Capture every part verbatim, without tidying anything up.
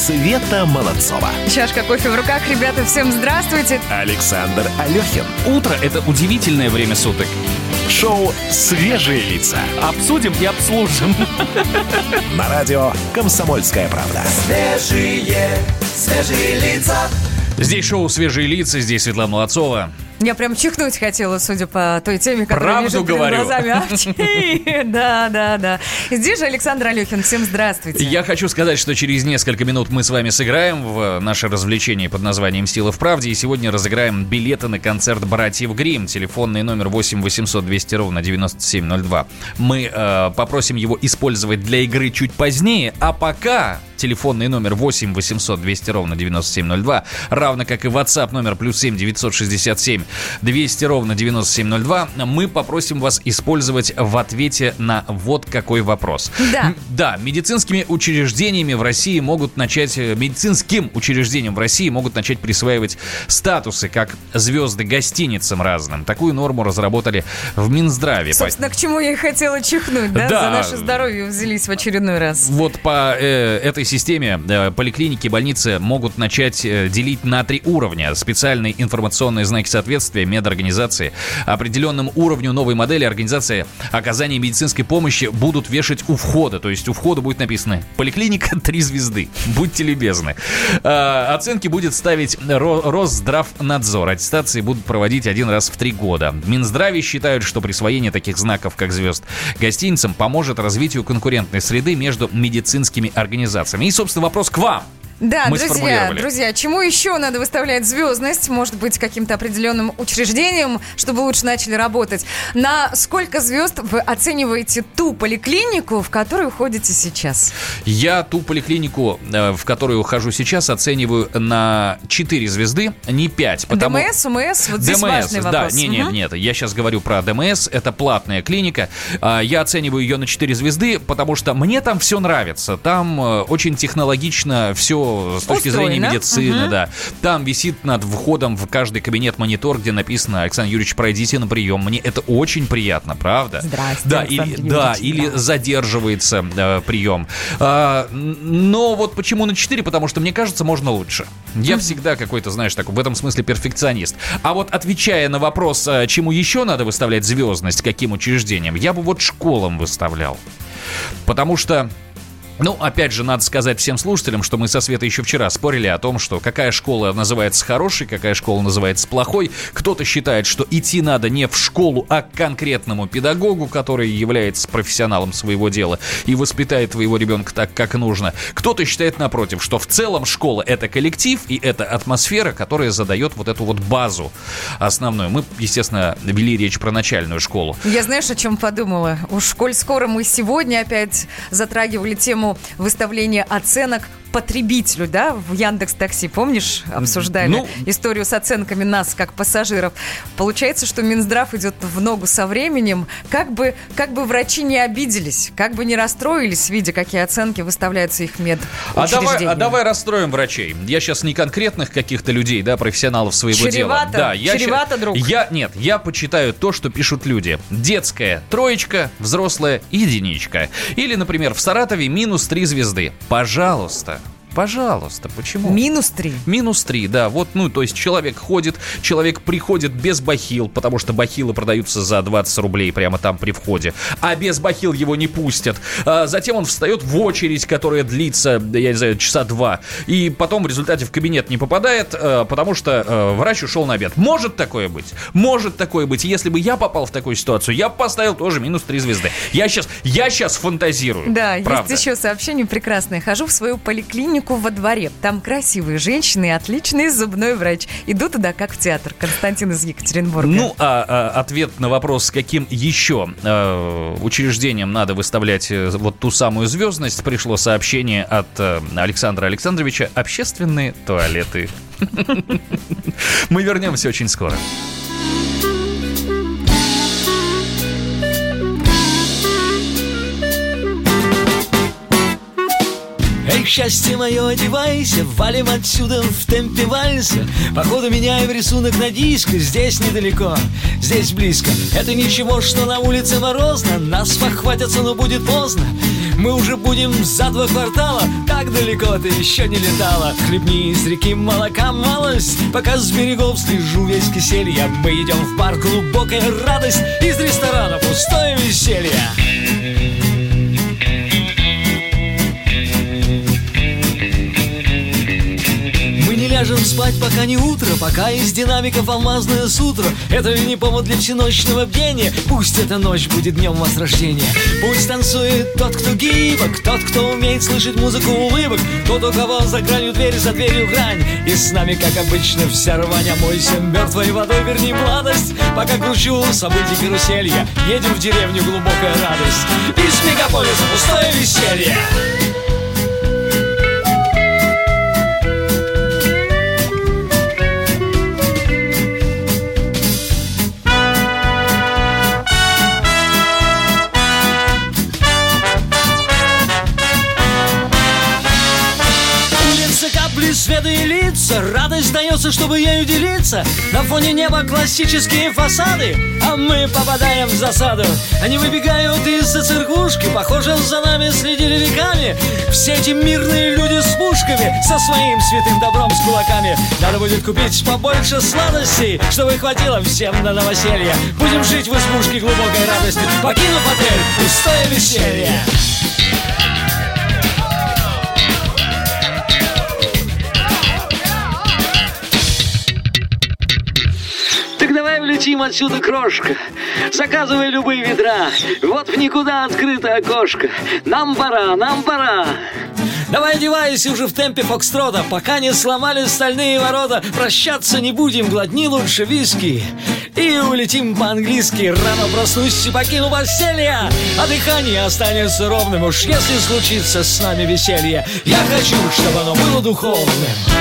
Света Молодцова. Чашка кофе в руках. Ребята, всем здравствуйте. Александр Алехин. Утро – это удивительное время суток. Шоу «Свежие лица». Обсудим и обслужим. На радио «Комсомольская правда». Свежие, свежие лица. Здесь шоу «Свежие лица», здесь Светлана Молодцова. Я прям чихнуть хотела, судя по той теме, которая Правду вижу перед говорю. глазами. Арчи. Да, да, да. Здесь же Александр Алехин. Всем здравствуйте. Я хочу сказать, что через несколько минут мы с вами сыграем в наше развлечение под названием «Сила в правде». И сегодня разыграем билеты на концерт «Братьев Гримм». Телефонный номер восемь восемьсот двести ровно девяносто семь ноль два. Мы э, попросим его использовать для игры чуть позднее, а пока... Телефонный номер восемь восемьсот двести ровно девяносто семь ноль два, равно как и WhatsApp номер плюс семь девятьсот шестьдесят семь двести ровно девяносто семь ноль два. Мы попросим вас использовать в ответе на вот какой вопрос. Да. Да, медицинскими учреждениями в России могут начать, медицинским учреждениям в России могут начать присваивать статусы, как звезды гостиницам разным. Такую норму разработали в Минздраве. Собственно, к чему я и хотела чихнуть, да? Да. За наше здоровье взялись в очередной раз. Вот по э, этой системе э, поликлиники, больницы могут начать э, делить на три уровня. Специальные информационные знаки соответствия медорганизации. Определенному уровню новой модели организации оказания медицинской помощи будут вешать у входа. То есть у входа будет написано «Поликлиника три звезды». Будьте любезны. Э, оценки будет ставить Ро- Росздравнадзор. Аттестации будут проводить один раз в три года. В Минздраве считают, что присвоение таких знаков, как звезд гостиницам, поможет развитию конкурентной среды между медицинскими организациями. И, собственно, вопрос к вам. Да, Мы друзья, сформулировали. друзья, чему еще надо выставлять звездность? Может быть, каким-то определенным учреждением, чтобы лучше начали работать. На сколько звезд вы оцениваете ту поликлинику, в которую ходите сейчас? Я ту поликлинику, э, в которую хожу сейчас, оцениваю на четыре звезды, не пять. Потому... ДМС, УМС? Вот здесь важный да, вопрос. нет, нет, Угу. нет, я сейчас говорю про ДМС, это платная клиника. А, Я оцениваю ее на четыре звезды, потому что мне там все нравится. Там э, очень технологично все с точки Устроено. зрения медицины, Угу. да. Там висит над входом в каждый кабинет монитор, где написано: Александр Юрьевич, пройдите на прием. Мне это очень приятно, правда? Здрасте, да, Александр или, Юрьевич, да, да. или задерживается э, прием. А, но вот почему на четыре? Потому что, мне кажется, можно лучше. Я mm-hmm. всегда какой-то, знаешь, такой, в этом смысле перфекционист. А вот отвечая на вопрос, чему еще надо выставлять звездность, каким учреждениям, я бы вот школам выставлял. Потому что... Ну, опять же, надо сказать всем слушателям, что мы со Светой еще вчера спорили о том, что какая школа называется хорошей, какая школа называется плохой. Кто-то считает, что идти надо не в школу, а к конкретному педагогу, который является профессионалом своего дела и воспитает твоего ребенка так, как нужно. Кто-то считает, напротив, что в целом школа — это коллектив и это атмосфера, которая задает вот эту вот базу основную. Мы, естественно, вели речь про начальную школу. Я, знаешь, о чем подумала? Уж коль скоро мы сегодня опять затрагивали тему выставления оценок потребителю, да, в Яндекс.Такси, помнишь, обсуждали ну, историю с оценками нас, как пассажиров. Получается, что Минздрав идет в ногу со временем, как бы, как бы врачи не обиделись, как бы не расстроились, видя, какие оценки выставляются их медучреждениям. А давай, а давай расстроим врачей. Я сейчас не конкретных каких-то людей, да, профессионалов своего Чревато, дела. Да, я чревато, ща... друг. Я, нет, я почитаю то, что пишут люди. Детская троечка, взрослая единичка. Или, например, в Саратове минус три звезды. Пожалуйста. Пожалуйста, почему? Минус три. Минус три, да. Вот, ну, то есть человек ходит, человек приходит без бахил, потому что бахилы продаются за двадцать рублей прямо там при входе, а без бахил его не пустят. А затем он встает в очередь, которая длится, я не знаю, часа два, и потом в результате в кабинет не попадает, потому что врач ушел на обед. Может такое быть? Может такое быть. Если бы я попал в такую ситуацию, я бы поставил тоже минус три звезды. Я сейчас, я сейчас фантазирую. Да, правда. Есть еще сообщение прекрасное. Хожу в свою поликлинику во дворе. Там красивые женщины и отличный зубной врач. Иду туда, как в театр. Константин из Екатеринбурга. Ну, а, а ответ на вопрос, с каким еще э, учреждением надо выставлять э, вот ту самую звездность, пришло сообщение от э, Александра Александровича: общественные туалеты. Мы вернемся очень скоро. Эй, счастье мое, одевайся, валим отсюда в темпе вальса. Походу меняем рисунок на диск, здесь недалеко, здесь близко. Это ничего, что на улице морозно, нас похватятся, но будет поздно. Мы уже будем за два квартала. Так далеко ты еще не летала. Хлебни из реки молока малость, пока с берегов слежу весь киселья. Мы идем в бар, глубокая радость, из ресторана пустое веселье. Ляжем спать, пока не утро, пока из динамиков алмазное сутро. Это не повод для всеночного бдения. Пусть эта ночь будет днем возрождения. Пусть танцует тот, кто гибок, тот, кто умеет слышать музыку улыбок, тот, у кого за гранью дверь, за дверью грань. И с нами, как обычно, вся рвань. Омойся мертвой водой, верни младость, пока кручу событий каруселья. Едем в деревню, глубокая радость, из мегаполиса пустое веселье. Света и лица, радость дается, чтобы ею делиться. На фоне неба классические фасады, а мы попадаем в засаду. Они выбегают из-за церквушки, похоже, за нами следили веками. Все эти мирные люди с пушками, со своим святым добром, с кулаками. Надо будет купить побольше сладостей, чтобы хватило всем на новоселье. Будем жить в избушке глубокой радости, покинув отель, пустое веселье. Давай влетим отсюда, крошка. Заказывай любые ведра. Вот в никуда открыто окошко. Нам пора, нам пора. Давай одевайся уже в темпе фокстрота, пока не сломали стальные ворота. Прощаться не будем, глотни лучше виски и улетим по-английски. Рано проснусь и покину постелья, а дыхание останется ровным. Уж если случится с нами веселье, я хочу, чтобы оно было духовным.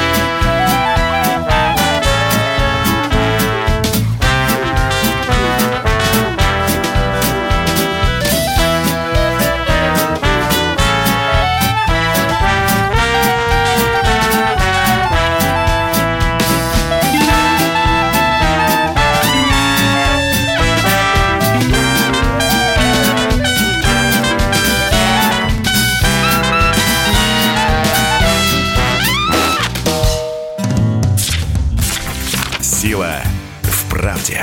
Сила в правде.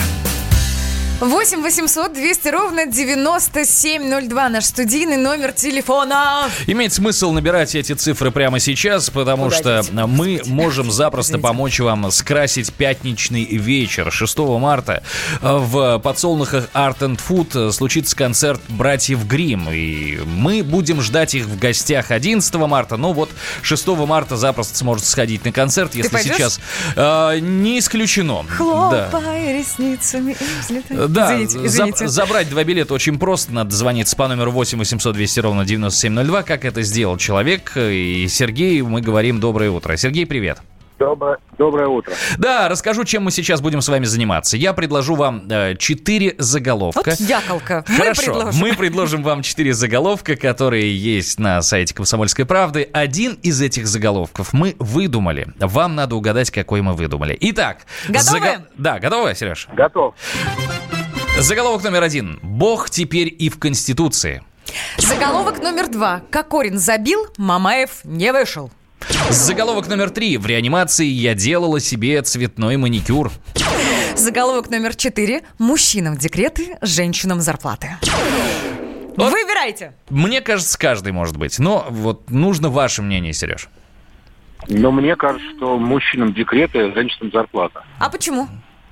восемь восемьсот двести ровно девяносто семь ноль два. Наш студийный номер телефона. Имеет смысл набирать эти цифры прямо сейчас, потому Погодите. что мы можем запросто Извините. помочь вам скрасить пятничный вечер. шестого марта в подсолнухах Art and Food случится концерт братьев Гримм. И мы будем ждать их в гостях одиннадцатого марта. Но вот шестого марта запросто сможет сходить на концерт, если сейчас э, не исключено. Хлопай да. ресницами и взлетай. Да, извините, извините. За, забрать два билета очень просто. Надо звониться по номеру восемь восемьсот двести ровно девяносто семь ноль два. Как это сделал человек. И Сергей, мы говорим доброе утро. Сергей, привет. Доброе, доброе утро. Да, расскажу, чем мы сейчас будем с вами заниматься. Я предложу вам э, четыре заголовка. Вот яколка. Хорошо, мы предложим. мы предложим вам четыре заголовка, которые есть на сайте «Комсомольской правды». Один из этих заголовков мы выдумали. Вам надо угадать, какой мы выдумали. Итак. Готовы? Заг... Да, готовы, Сереж? Готов. Заголовок номер один. Бог теперь и в Конституции. Заголовок номер два. Кокорин забил, Мамаев не вышел. Заголовок номер три. В реанимации я делала себе цветной маникюр. Заголовок номер четыре. Мужчинам декреты, женщинам зарплаты. Вот. Выбирайте. Мне кажется, каждый может быть. Но вот нужно ваше мнение, Сереж. Но мне кажется, что мужчинам декреты, женщинам зарплата. А почему?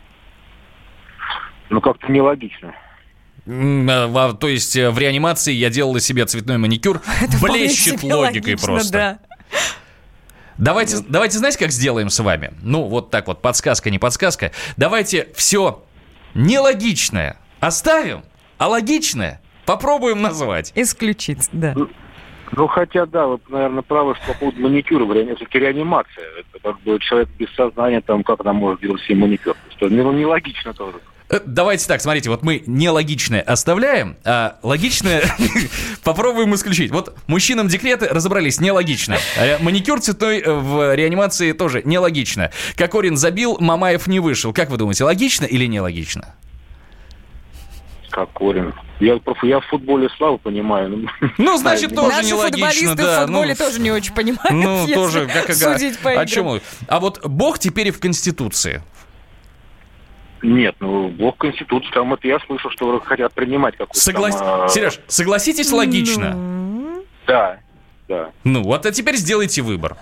Ну, как-то нелогично. А, то есть в реанимации я делала себе цветной маникюр. Это блещет логикой логично, просто. Да. Давайте, давайте, знаете, как сделаем с вами? Ну, вот так вот, подсказка, не подсказка. Давайте все нелогичное оставим, а логичное попробуем назвать. Исключить, да. Ну, ну хотя, да, вы, наверное, правы, что по поводу маникюра, все-таки реанимация. Это как бы человек без сознания, там, как она может делать себе маникюр. Что, ну, нелогично тоже. Давайте так, смотрите, вот мы нелогичное оставляем, а логичное попробуем исключить. Вот мужчинам декреты разобрались, нелогично. А маникюр цветной в реанимации тоже нелогично. Кокорин забил, Мамаев не вышел. Как вы думаете, логично или нелогично? Кокорин. Я, я в футболе слабо понимаю. Ну, значит, тоже Наши нелогично, футболисты да. в футболе ну, тоже не очень понимают, Ну, если тоже, как, как, судить по о играм. чем? А вот Бог теперь и в Конституции. Нет, ну, Бог Конституции, там это я слышал, что хотят принимать какую-то Соглас... там... а, Сереж, согласитесь, логично? Ну, Да, да. Ну, вот, а теперь сделайте выбор.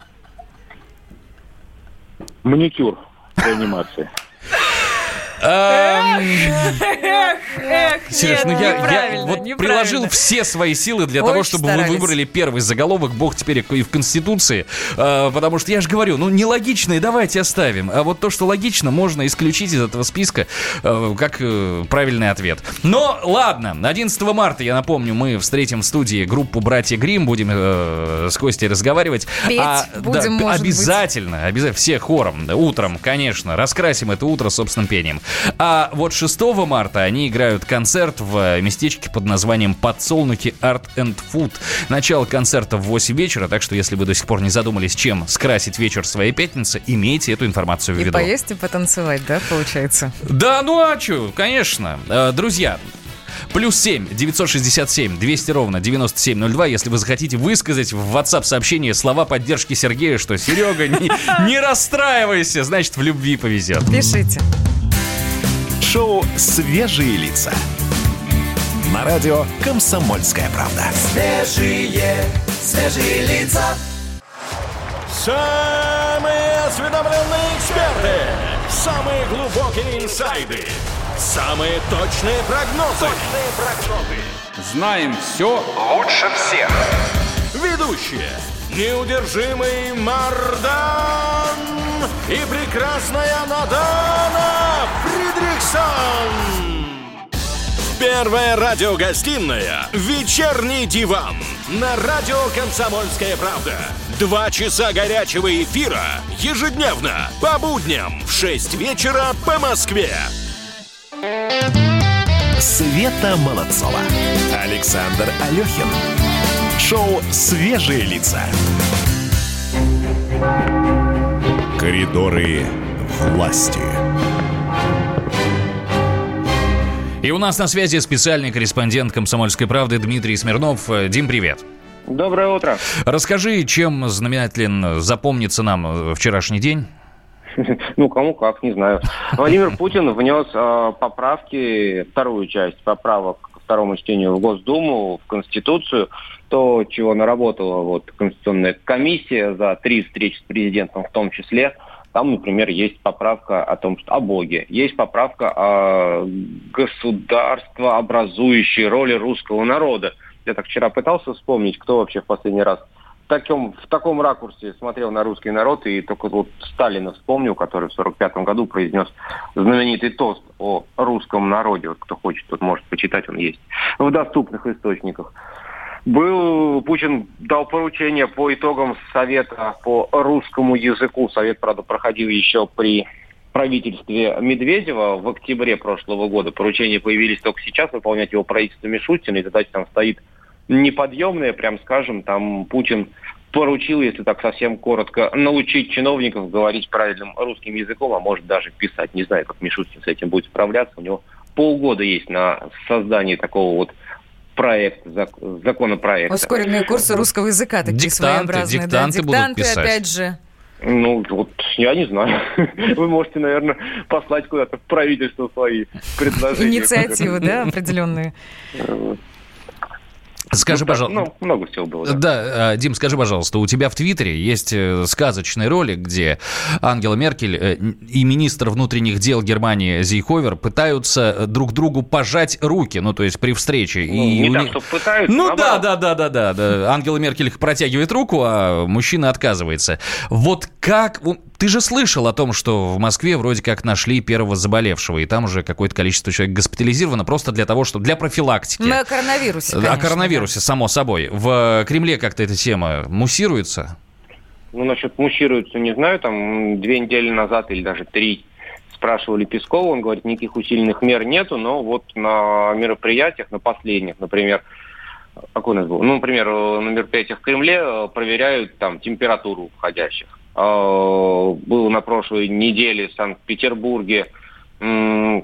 Маникюр реанимации. Эм, Эх, эх, Сереж, нет, ну я, я неправильно, вот неправильно. приложил все свои силы для того, Очень чтобы старались. вы выбрали первый заголовок «Бог теперь и в Конституции», э, потому что я же говорю, ну нелогично, и давайте оставим. А вот то, что логично, можно исключить из этого списка э, как э, правильный ответ. Но ладно, одиннадцатого марта, я напомню, мы встретим в студии группу «Братья Гримм», будем э, с Костей разговаривать. Петь будем, может обязательно, обязательно, все хором, да, утром, конечно, раскрасим это утро собственным пением. А вот шестого марта они играют концерт в местечке под названием «Подсолнухи Art and Food». Начало концерта в восемь вечера, так что если вы до сих пор не задумались, чем скрасить вечер своей пятницы, имейте эту информацию в И виду. поесть, и потанцевать, да, получается? Да, ну а что, конечно. Э, Друзья, плюс семь девятьсот шестьдесят семь двести ровно девяносто семь ноль два, если вы захотите высказать в WhatsApp-сообщении слова поддержки Сергея, что Серега, не, не расстраивайся, значит, в любви повезет. Пишите. Шоу «Свежие лица». На радио «Комсомольская правда». Свежие, свежие лица. Самые осведомленные эксперты, самые глубокие инсайды, самые точные прогнозы. Точные прогнозы. Знаем все Лучше всех. Ведущие: неудержимый Мардан и прекрасная Надана Фридрихсон. Первая радиогостинная «Вечерний диван» на радио «Комсомольская правда». Два часа горячего эфира ежедневно по будням в шесть вечера по Москве. Света Молодцова. Александр Алехин. Шоу «Свежие лица». Коридоры власти. И у нас на связи специальный корреспондент «Комсомольской правды» Дмитрий Смирнов. Дим, привет. Доброе утро. Расскажи, чем знаменателен запомнится нам вчерашний день? Ну, кому как, не знаю. Владимир Путин внес э, поправки, вторую часть поправок ко второму чтению в Госдуму, в Конституцию, то, чего наработала вот Конституционная комиссия за три встречи с президентом в том числе. Там, например, есть поправка о том, что о Боге, есть поправка о государствообразующей роли русского народа. Я так вчера пытался вспомнить, кто вообще в последний раз в таком, в таком ракурсе смотрел на русский народ, и только вот Сталина вспомнил, который в сорок пятом году произнес знаменитый тост о русском народе. Вот кто хочет, тот может почитать, он есть в доступных источниках. Был, Путин дал поручение по итогам Совета по русскому языку. Совет, правда, проходил еще при правительстве Медведева в октябре прошлого года. Поручения появились только сейчас, выполнять его правительство Мишустина, и задача там стоит неподъемная, прям скажем. Там Путин поручил, если так совсем коротко, научить чиновников говорить правильным русским языком, а может даже писать. Не знаю, как Мишустин с этим будет справляться. У него полгода есть на создание такого вот проект, законопроекта. Ускоренные курсы русского языка, такие Диктанты, своеобразные. диктанты да, будут диктанты, писать. опять же. Ну, вот, я не знаю. Вы можете, наверное, послать куда-то в правительство свои предложения. Инициативы, да, определенные. Скажи, Ну, так, пожалуйста. ну, много всего было. Да. Да, Дим, скажи, пожалуйста, у тебя в Твиттере есть э, сказочный ролик, где Ангела Меркель э, и министр внутренних дел Германии Зейховер пытаются друг другу пожать руки, ну, то есть при встрече. Ну, и не у так, них- что пытаются. Ну да, наоборот. да, да, да, да, да. Ангела Меркель протягивает руку, а мужчина отказывается. Вот как... вот Ты же слышал о том, что в Москве вроде как нашли первого заболевшего, и там уже какое-то количество человек госпитализировано просто для того, что... для профилактики. Мы о коронавирусе, О конечно, коронавирусе, само собой. В Кремле как-то эта тема муссируется? Ну, насчет муссируется, не знаю, там две недели назад или даже три спрашивали Пескова, он говорит, никаких усиленных мер нету, но вот на мероприятиях, на последних, например, какой у нас был? Ну, например, на мероприятиях в Кремле проверяют там температуру входящих. Был на прошлой неделе в Санкт-Петербурге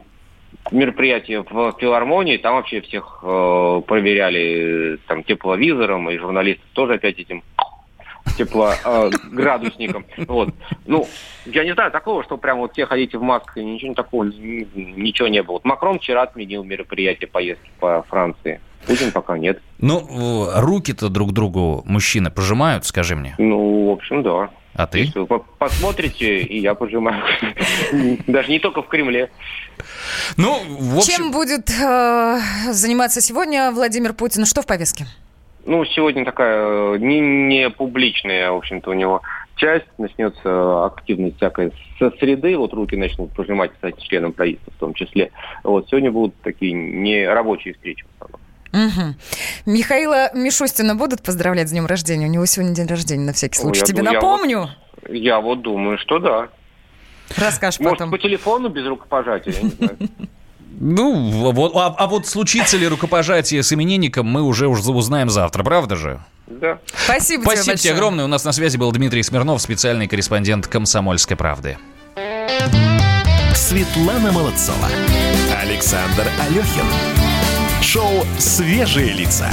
мероприятие в филармонии, там вообще всех э, проверяли там тепловизором, и журналистов тоже опять этим теплоградусником. Э, вот. Ну, я не знаю такого, что прям вот все ходите в масках, и ничего такого, ничего не было. Вот Макрон вчера отменил мероприятие поездки по Франции. Путин пока нет. Ну, руки-то друг другу мужчины пожимают, скажи мне. Ну, в общем, да. А ты? Если вы посмотрите, и я пожимаю. Даже не только в Кремле. Ну, в общем... Чем будет э, заниматься сегодня Владимир Путин? Что в повестке? Ну, сегодня такая не, не публичная, в общем-то, у него часть. Начнется активность всякая со среды. Вот руки начнут пожимать, кстати, членам правительства в том числе. Вот сегодня будут такие нерабочие встречи в основном. Угу. Михаила Мишустина будут поздравлять с днем рождения? У него сегодня день рождения, на всякий случай. Ой, Тебе я напомню? Вот, я вот думаю, что да. Расскажешь Может, потом. Может, по телефону без рукопожатия, я не знаю. Ну, вот, а, а вот случится ли рукопожатие с именинником, мы уже узнаем завтра, правда же? Да. Спасибо, Спасибо тебе тебе огромное. У нас на связи был Дмитрий Смирнов, специальный корреспондент «Комсомольской правды». Светлана Молодцова. Александр Алехин. Шоу «Свежие лица».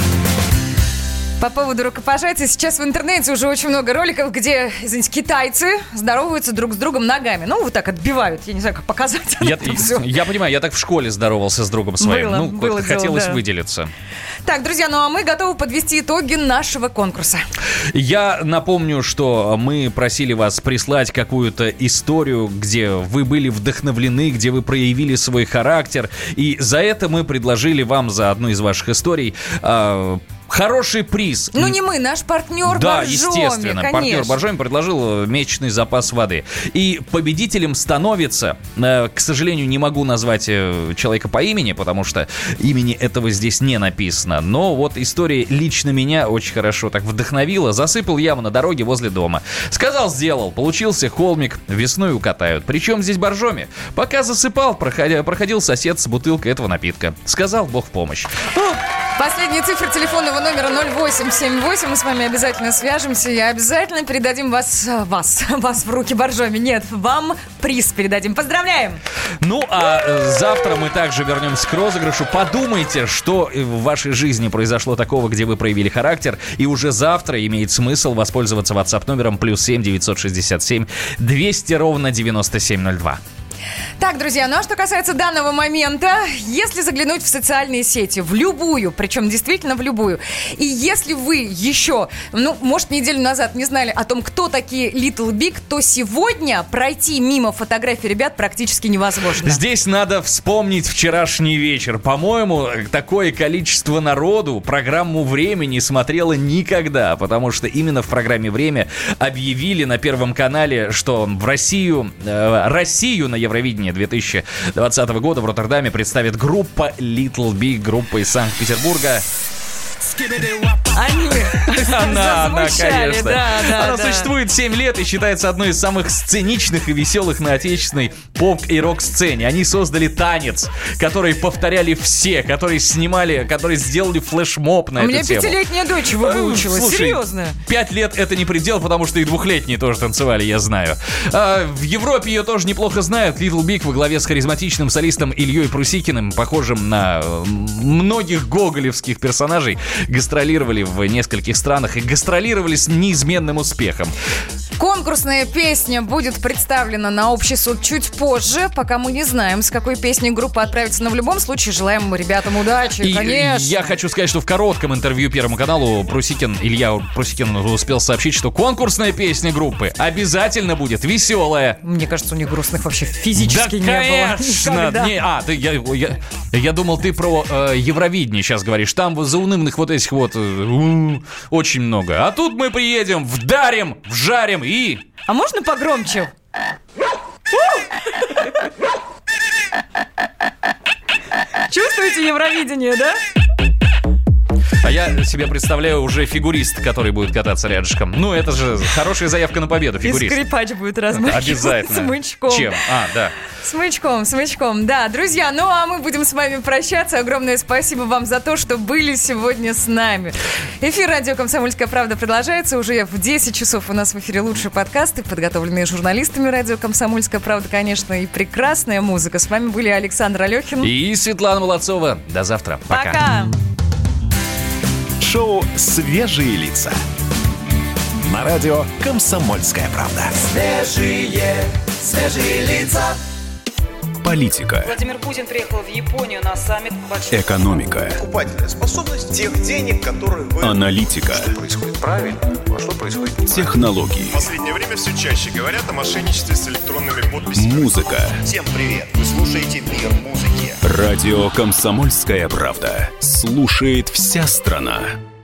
По поводу рукопожатия. Сейчас в интернете уже очень много роликов, где, извините, китайцы здороваются друг с другом ногами. Ну, вот так отбивают. Я не знаю, как показать. Я, я понимаю, я так в школе здоровался с другом своим. Было, ну, было хотелось дело, да. выделиться. Так, друзья, ну а мы готовы подвести итоги нашего конкурса. Я напомню, что мы просили вас прислать какую-то историю, где вы были вдохновлены, где вы проявили свой характер. И за это мы предложили вам, за одну из ваших историй, э, хороший приз. Ну не мы, наш партнер да, Боржоми, естественно, конечно. партнер Боржоми предложил месячный запас воды. И победителем становится, э, к сожалению, не могу назвать э, человека по имени, потому что имени этого здесь не написано. Но вот история лично меня очень хорошо так вдохновила. Засыпал яму на дороге возле дома. Сказал, сделал. Получился холмик. Весной укатают. Причем здесь Боржоми? Пока засыпал, проходя, проходил сосед с бутылкой этого напитка. Сказал, Бог в помощь. Последние цифры телефонного номера ноль восемь семь восемь. Мы с вами обязательно свяжемся и обязательно передадим вас, вас, вас в руки Боржоми. Нет, вам приз передадим. Поздравляем! Ну, а завтра мы также вернемся к розыгрышу. Подумайте, что в вашей жизни произошло такого, где вы проявили характер. И уже завтра имеет смысл воспользоваться WhatsApp номером плюс семь девятьсот шестьдесят семь двести ровно девяносто семь ноль два. Так, друзья, ну а что касается данного момента, если заглянуть в социальные сети, в любую, причем действительно в любую, и если вы еще, ну, может, неделю назад не знали о том, кто такие Little Big, то сегодня пройти мимо фотографий ребят практически невозможно. Здесь надо вспомнить вчерашний вечер. По-моему, такое количество народу программу «Время» не смотрело никогда, потому что именно в программе «Время» объявили на Первом канале, что в Россию, э, Россию на Евровидении две тысячи двадцатого года в Роттердаме представит группа Little Big, группа из Санкт-Петербурга. Они Она, она, конечно. Да, да, она да. существует семь лет и считается одной из самых сценичных и веселых на отечественной поп- и рок-сцене. Они создали танец, который повторяли все, который снимали, который сделали флешмоб на У эту меня тему. пятилетняя дочь его выучила. Слушай, Серьезно. Пять лет это не предел, потому что и двухлетние тоже танцевали, я знаю. А, в Европе ее тоже неплохо знают. Little Big во главе с харизматичным солистом Ильей Прусикиным, похожим на многих гоголевских персонажей, гастролировали в нескольких странах и гастролировали с неизменным успехом. Конкурсная песня будет представлена на общий суд чуть позже, пока мы не знаем, с какой песней группа отправится. Но в любом случае желаем мы ребятам удачи, И конечно. я хочу сказать, что в коротком интервью Первому каналу Прусикин, Илья Прусикин успел сообщить, что конкурсная песня группы обязательно будет веселая. Мне кажется, у них грустных вообще физически да, не было. конечно. Никогда. Не, а, ты, я, я, я думал, ты про э, Евровидение сейчас говоришь. Там заунывных вот этих вот э, очень много. А тут мы приедем, вдарим, вжарим и... А можно погромче? Чувствуете Евровидение, да? А я себе представляю уже фигурист, который будет кататься рядышком. Ну, это же хорошая заявка на победу, фигурист. И скрипач будет размахивать обязательно. смычком. Чем? А, да. Смычком, смычком, да. Друзья, ну а мы будем с вами прощаться. Огромное спасибо вам за то, что были сегодня с нами. Эфир радио «Комсомольская правда» продолжается. Уже в десять часов у нас в эфире лучшие подкасты, подготовленные журналистами радио «Комсомольская правда», конечно, и прекрасная музыка. С вами были Александр Алехин и Светлана Молодцова. До завтра. Пока. Пока. Шоу «Свежие лица». На радио «Комсомольская правда». Свежие, свежие лица. Политика. Владимир Путин приехал в Японию на саммит большой... Экономика. Покупательная способность тех денег, которые вы... Аналитика. Что происходит правильно, а что происходит неправильно. Технологии. В последнее время все чаще говорят о мошенничестве с электронными подписями. Музыка. Всем привет! Вы слушаете «Мир музыки». Радио «Комсомольская правда». Слушает вся страна.